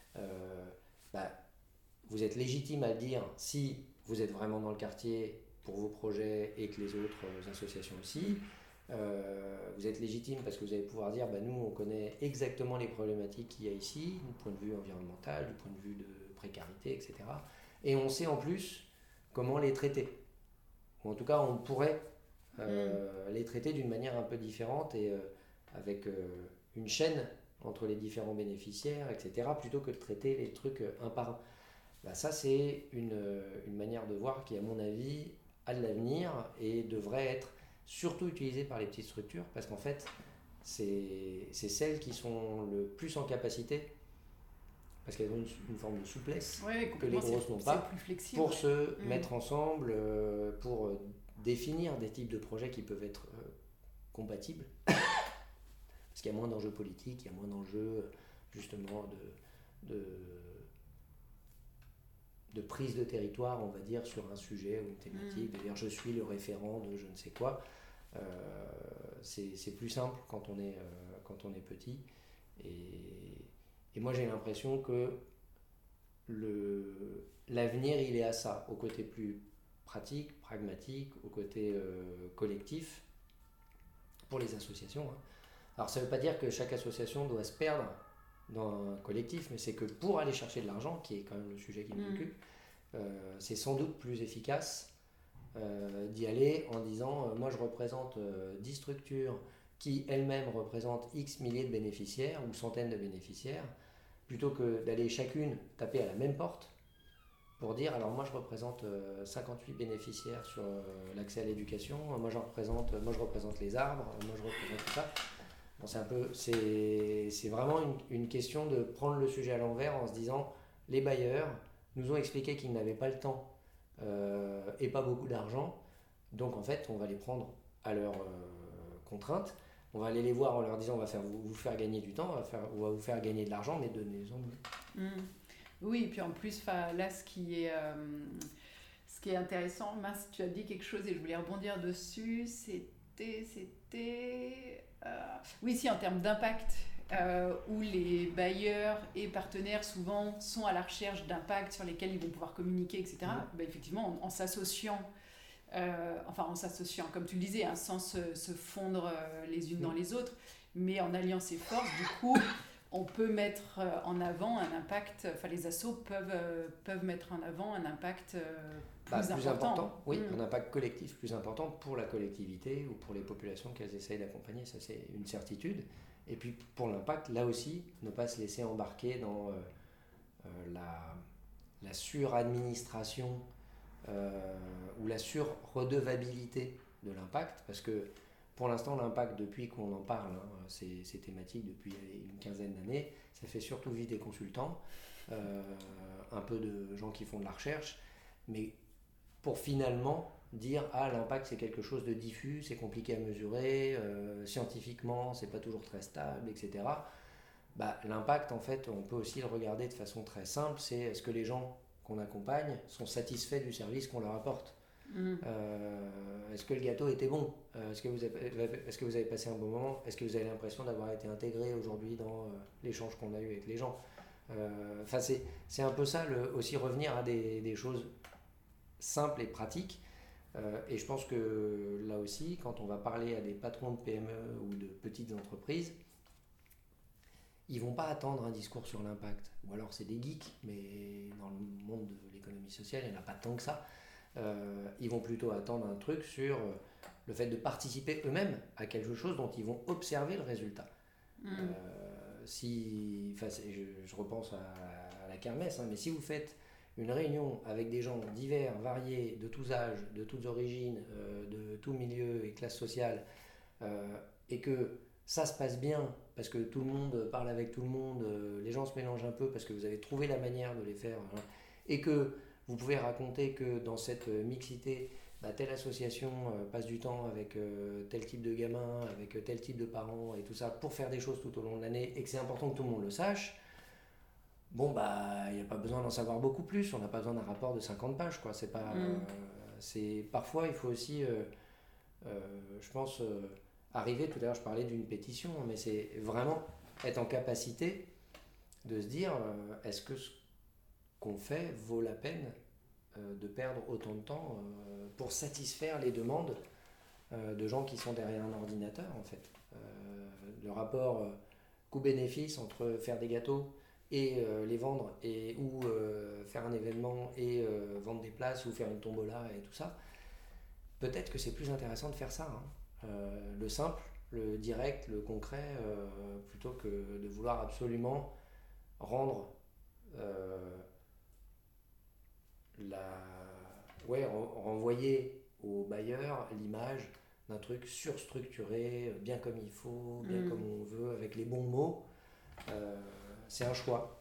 C: vous êtes légitime à le dire si vous êtes vraiment dans le quartier pour vos projets et que les autres associations aussi. Vous êtes légitime parce que vous allez pouvoir dire nous on connaît exactement les problématiques qu'il y a ici, du point de vue environnemental, du point de vue de précarité, etc. Et on sait en plus comment les traiter. Ou en tout cas on pourrait les traiter d'une manière un peu différente et avec une chaîne entre les différents bénéficiaires, etc., plutôt que de traiter les trucs un par un. Ça c'est une manière de voir qui à mon avis a de l'avenir et devrait être surtout utilisée par les petites structures parce qu'en fait c'est celles qui sont le plus en capacité parce qu'elles ont une forme de souplesse que les grosses n'ont pas pour se mettre ensemble, pour définir des types de projets qui peuvent être compatibles parce qu'il y a moins d'enjeux politiques, il y a moins d'enjeux justement de prise de territoire, on va dire, sur un sujet ou une thématique, de dire je suis le référent de je ne sais quoi. C'est plus simple quand on est petit. Et moi j'ai l'impression que l'avenir il est à ça, au côté plus pratique, pragmatique, au côté collectif, pour les associations. Alors ça ne veut pas dire que chaque association doit se perdre dans un collectif, mais c'est que pour aller chercher de l'argent, qui est quand même le sujet qui nous occupe, c'est sans doute plus efficace d'y aller en disant moi je représente 10 structures qui elles-mêmes représentent X milliers de bénéficiaires ou centaines de bénéficiaires, plutôt que d'aller chacune taper à la même porte pour dire alors moi je représente 58 bénéficiaires sur l'accès à l'éducation, moi je représente les arbres, moi je représente tout ça. Bon, c'est vraiment une question de prendre le sujet à l'envers en se disant les bailleurs nous ont expliqué qu'ils n'avaient pas le temps et pas beaucoup d'argent, donc en fait on va les prendre à leurs contraintes, on va aller les voir en leur disant on va vous faire gagner du temps, on va vous faire gagner de l'argent, mais donnez-en nous.
B: Oui, et puis en plus là ce qui est intéressant, mince, tu as dit quelque chose et je voulais rebondir dessus, oui, si, en termes d'impact, où les bailleurs et partenaires souvent sont à la recherche d'impact sur lesquels ils vont pouvoir communiquer, etc. Effectivement, en s'associant, comme tu le disais, sans se fondre les unes dans les autres, mais en alliant ses forces, du coup, on peut mettre en avant un impact, les assos peuvent mettre en avant un impact plus important.
C: Oui, un impact collectif plus important pour la collectivité ou pour les populations qu'elles essayent d'accompagner, ça c'est une certitude. Et puis pour l'impact, là aussi, ne pas se laisser embarquer dans la suradministration ou la surredevabilité de l'impact, parce que pour l'instant l'impact, depuis qu'on en parle, ces thématiques depuis une quinzaine d'années, ça fait surtout vivre des consultants, un peu de gens qui font de la recherche, mais pour finalement dire l'impact c'est quelque chose de diffus, c'est compliqué à mesurer, scientifiquement c'est pas toujours très stable, etc. L'impact en fait on peut aussi le regarder de façon très simple, c'est est-ce que les gens qu'on accompagne sont satisfaits du service qu'on leur apporte. Est-ce que le gâteau était bon, est-ce que vous avez passé un bon moment, est-ce que vous avez l'impression d'avoir été intégré aujourd'hui dans l'échange qu'on a eu avec les gens. C'est un peu ça, aussi revenir à des choses simples et pratiques. Et je pense que là aussi, quand on va parler à des patrons de PME ou de petites entreprises, ils vont pas attendre un discours sur l'impact. Ou alors c'est des geeks, mais dans le monde de l'économie sociale, il n'y en a pas tant que ça. Ils vont plutôt attendre un truc sur le fait de participer eux-mêmes à quelque chose dont ils vont observer le résultat. Je repense à la kermesse, mais si vous faites une réunion avec des gens divers, variés, de tous âges, de toutes origines, de tous milieux et classes sociales, et que ça se passe bien, parce que tout le monde parle avec tout le monde, les gens se mélangent un peu parce que vous avez trouvé la manière de les faire, et que vous pouvez raconter que dans cette mixité, telle association passe du temps avec tel type de gamin, avec tel type de parents et tout ça, pour faire des choses tout au long de l'année, et que c'est important que tout le monde le sache. Bon, il n'y a pas besoin d'en savoir beaucoup plus, on n'a pas besoin d'un rapport de 50 pages, quoi. C'est pas, parfois, il faut aussi, je pense, arriver, tout à l'heure je parlais d'une pétition, mais c'est vraiment être en capacité de se dire, est-ce que ce qu'on fait vaut la peine de perdre autant de temps pour satisfaire les demandes de gens qui sont derrière un ordinateur en fait. Le rapport coût-bénéfice entre faire des gâteaux et les vendre ou faire un événement et vendre des places ou faire une tombola et tout ça, peut-être que c'est plus intéressant de faire ça, hein. Le simple, le direct, le concret, plutôt que de vouloir absolument rendre renvoyer aux bailleurs l'image d'un truc surstructuré, bien comme il faut, bien comme on veut, avec les bons mots. C'est un choix.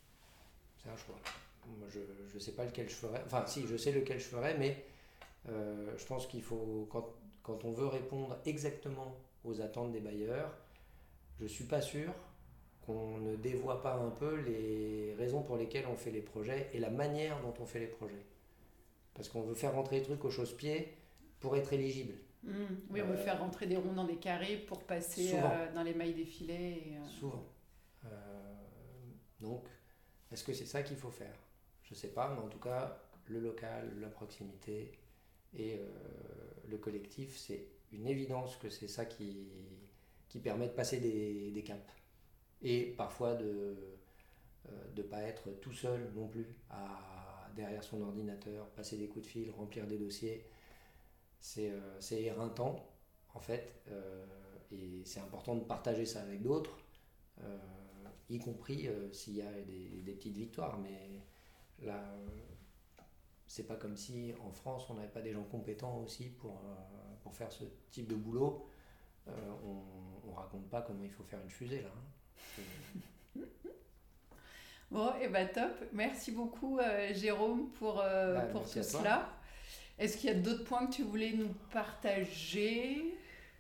C: Moi, je sais pas lequel je ferais. Enfin, si, je sais lequel je ferais, mais je pense qu'il faut, quand on veut répondre exactement aux attentes des bailleurs, je suis pas sûr qu'on ne dévoie pas un peu les raisons pour lesquelles on fait les projets et la manière dont on fait les projets. Parce qu'on veut faire rentrer les trucs au chausse-pied pour être éligible.
B: Oui, on veut faire rentrer des ronds dans des carrés pour passer dans les mailles des filets.
C: Souvent. Donc, est-ce que c'est ça qu'il faut faire ? Je sais pas, mais en tout cas, le local, la proximité et le collectif, c'est une évidence que c'est ça qui permet de passer des caps. Et parfois de ne pas être tout seul non plus derrière son ordinateur, passer des coups de fil, remplir des dossiers. C'est éreintant en fait, et c'est important de partager ça avec d'autres, y compris s'il y a des petites victoires, mais là c'est pas comme si en France on n'avait pas des gens compétents aussi pour faire ce type de boulot. On raconte pas comment il faut faire une fusée là, hein.
B: Bon, et top. Merci beaucoup Jérôme pour tout cela. Est-ce qu'il y a d'autres points que tu voulais nous partager ?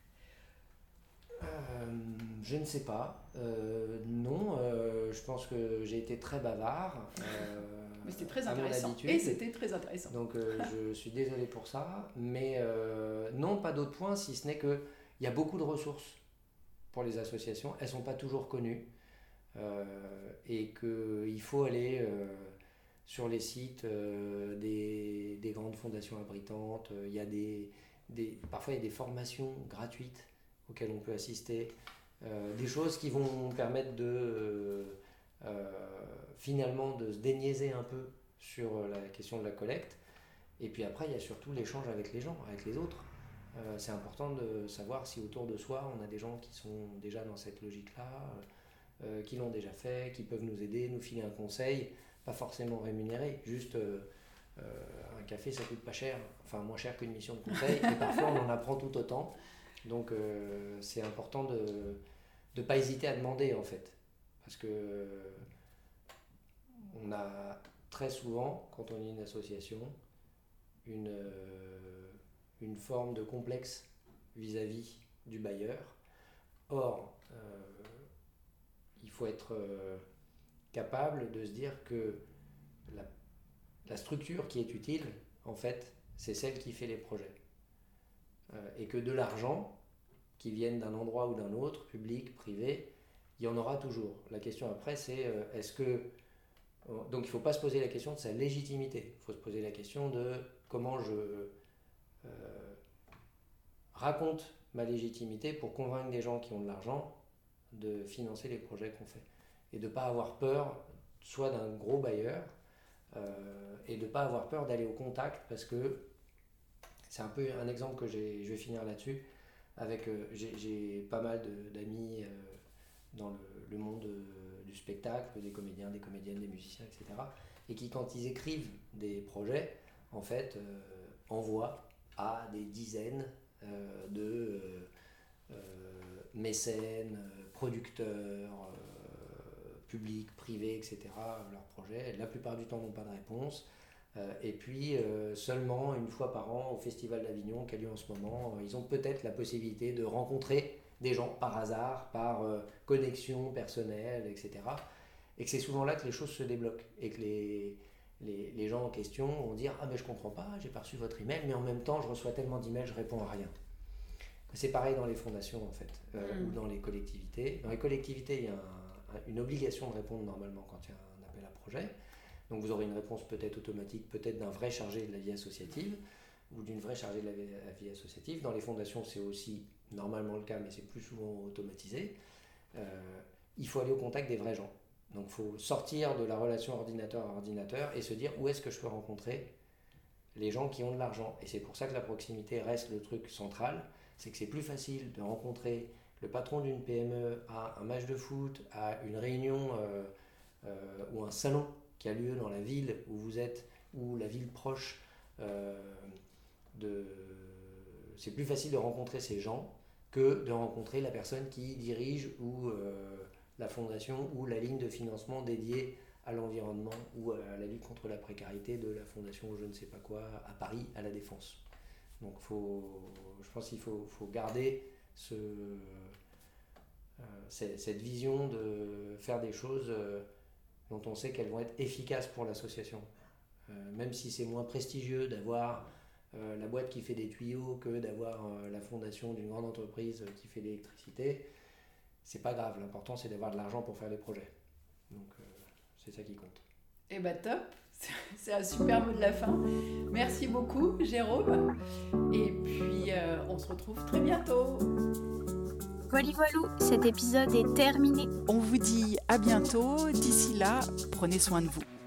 C: Je ne sais pas. Non, je pense que j'ai été très bavard.
B: Mais c'était très intéressant. Et c'était très intéressant.
C: Donc je suis désolé pour ça. Mais non, pas d'autres points, si ce n'est qu'il y a beaucoup de ressources pour les associations. Elles ne sont pas toujours connues. Et qu'il faut aller sur les sites des grandes fondations abritantes. Il y a parfois il y a des formations gratuites auxquelles on peut assister, des choses qui vont permettre finalement de se déniaiser un peu sur la question de la collecte. Et puis après il y a surtout l'échange avec les gens, avec les autres. C'est important de savoir si autour de soi on a des gens qui sont déjà dans cette logique-là, qui l'ont déjà fait, qui peuvent nous aider, nous filer un conseil, pas forcément rémunéré, juste un café ça coûte pas cher, enfin moins cher qu'une mission de conseil, et parfois on en apprend tout autant. Donc c'est important de ne pas hésiter à demander en fait, parce que on a très souvent, quand on est une association, une forme de complexe vis-à-vis du bailleur. Or, il faut être capable de se dire que la structure qui est utile, en fait, c'est celle qui fait les projets. Et que de l'argent, qui vienne d'un endroit ou d'un autre, public, privé, il y en aura toujours. La question après, c'est est-ce que... Donc il ne faut pas se poser la question de sa légitimité. Il faut se poser la question de comment je raconte ma légitimité pour convaincre des gens qui ont de l'argent de financer les projets qu'on fait. Et de ne pas avoir peur, soit d'un gros bailleur, et de ne pas avoir peur d'aller au contact, parce que c'est un peu un exemple que je vais finir là-dessus. J'ai pas mal d'amis dans le monde du spectacle, des comédiens, des comédiennes, des musiciens, etc. Et qui, quand ils écrivent des projets, en fait, envoient à des dizaines de mécènes, producteurs, publics, privés, etc. leurs projets. La plupart du temps n'ont pas de réponse. Et puis seulement une fois par an au Festival d'Avignon qui a lieu en ce moment, ils ont peut-être la possibilité de rencontrer des gens par hasard, par connexion personnelle, etc. Et que c'est souvent là que les choses se débloquent et que les gens en question vont dire « Ah mais je comprends pas, j'ai pas reçu votre email, mais en même temps je reçois tellement d'emails, je réponds à rien ». C'est pareil dans les fondations en fait, ou dans les collectivités. Dans les collectivités, il y a une obligation de répondre normalement quand il y a un appel à projet. Donc vous aurez une réponse peut-être automatique, peut-être d'un vrai chargé de la vie associative. ou d'une vraie chargée de la vie associative. Dans les fondations, c'est aussi normalement le cas, mais c'est plus souvent automatisé. Il faut aller au contact des vrais gens. Donc il faut sortir de la relation ordinateur à ordinateur et se dire où est-ce que je peux rencontrer les gens qui ont de l'argent. Et c'est pour ça que la proximité reste le truc central. C'est que c'est plus facile de rencontrer le patron d'une PME à un match de foot, à une réunion ou un salon qui a lieu dans la ville où vous êtes, ou la ville proche. C'est plus facile de rencontrer ces gens que de rencontrer la personne qui dirige ou la fondation ou la ligne de financement dédiée à l'environnement ou à la lutte contre la précarité de la fondation je ne sais pas quoi à Paris, à la Défense. Donc je pense qu'il faut garder cette vision de faire des choses dont on sait qu'elles vont être efficaces pour l'association. Même si c'est moins prestigieux d'avoir la boîte qui fait des tuyaux que d'avoir la fondation d'une grande entreprise qui fait l'électricité, c'est pas grave. L'important, c'est d'avoir de l'argent pour faire des projets. Donc, c'est ça qui compte.
B: Eh ben top, c'est un super mot de la fin. Merci beaucoup, Jérôme. Et puis, on se retrouve très bientôt.
A: Voilà, cet épisode est terminé.
D: On vous dit à bientôt. D'ici là, prenez soin de vous.